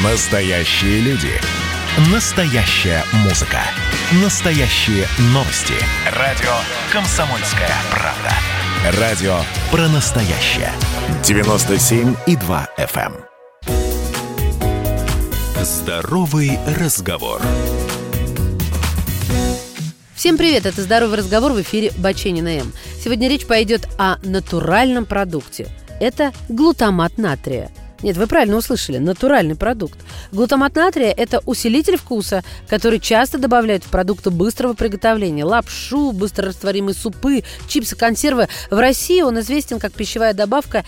Настоящие люди. Настоящая музыка. Настоящие новости. Радио «Комсомольская правда». Радио про настоящее. 97,2 FM. Здоровый разговор. Всем привет, это «Здоровый разговор», в эфире Баченина М. Сегодня речь пойдет о натуральном продукте. Это глутамат натрия. Нет, вы правильно услышали, натуральный продукт. Глутамат натрия – это усилитель вкуса, который часто добавляют в продукты быстрого приготовления. Лапшу, быстрорастворимые супы, чипсы, консервы. В России он известен как пищевая добавка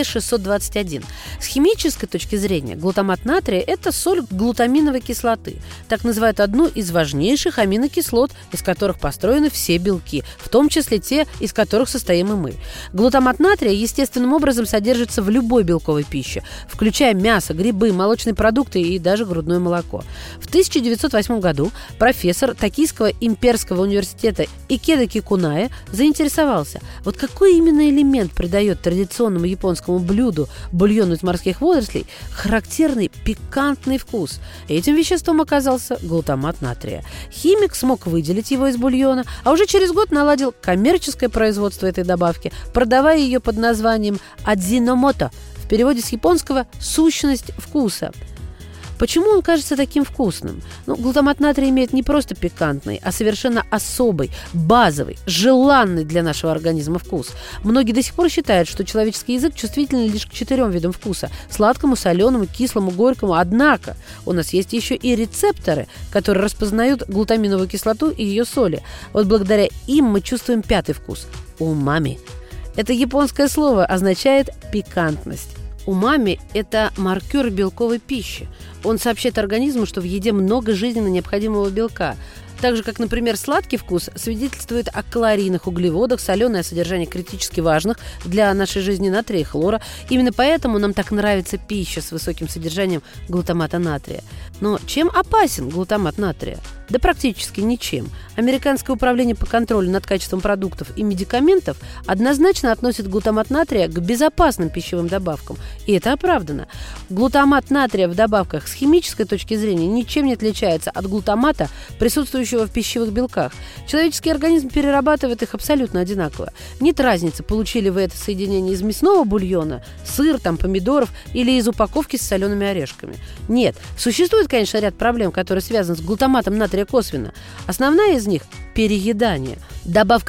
Е621. С химической точки зрения глутамат натрия – это соль глутаминовой кислоты. Так называют одну из важнейших аминокислот, из которых построены все белки, в том числе те, из которых состоим и мы. Глутамат натрия естественным образом содержится в любой белковой пище, включая мясо, грибы, молочные продукты и даже грудное молоко. В 1908 году профессор Токийского имперского университета Икедо Кикунае заинтересовался, вот какой именно элемент придает традиционному японскому блюду, бульону из морских водорослей, характерный пикантный вкус. Этим веществом оказался глутамат натрия. Химик смог выделить его из бульона, а уже через год наладил коммерческое производство этой добавки, продавая ее под названием адзиномото, в переводе с японского «сущность вкуса». Почему он кажется таким вкусным? Глутамат натрия имеет не просто пикантный, а совершенно особый, базовый, желанный для нашего организма вкус. Многие до сих пор считают, что человеческий язык чувствителен лишь к 4 видам вкуса – сладкому, соленому, кислому, горькому. Однако у нас есть еще и рецепторы, которые распознают глутаминовую кислоту и ее соли. Вот благодаря им мы чувствуем 5-й вкус – умами. Это японское слово означает «пикантность». Умами – это маркер белковой пищи. Он сообщает организму, что в еде много жизненно необходимого белка. Так же, как, например, сладкий вкус свидетельствует о калорийных углеводах, соленое содержание критически важных для нашей жизни натрия и хлора. Именно поэтому нам так нравится пища с высоким содержанием глутамата натрия. Но чем опасен глутамат натрия? Да практически ничем. Американское управление по контролю над качеством продуктов и медикаментов однозначно относит глутамат натрия к безопасным пищевым добавкам. И это оправдано. Глутамат натрия в добавках с химической точки зрения ничем не отличается от глутамата, присутствующего в пищевых белках. Человеческий организм перерабатывает их абсолютно одинаково. Нет разницы, получили вы это соединение из мясного бульона, сыр, помидоров или из упаковки с солеными орешками. Нет, существует, конечно, ряд проблем, которые связаны с глутаматом натрия косвенно. Основная из них – переедание. Добавка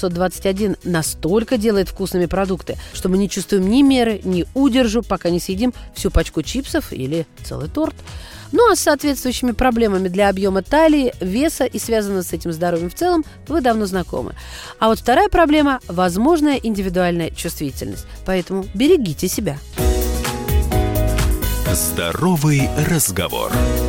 Е621 настолько делает вкусными продукты, что мы не чувствуем ни меры, ни удержу, пока не съедим всю пачку чипсов или целый торт. А с соответствующими проблемами для объема талии, веса и связанного с этим здоровьем в целом вы давно знакомы. А вот вторая проблема – возможная индивидуальная чувствительность. Поэтому берегите себя. Здоровый разговор.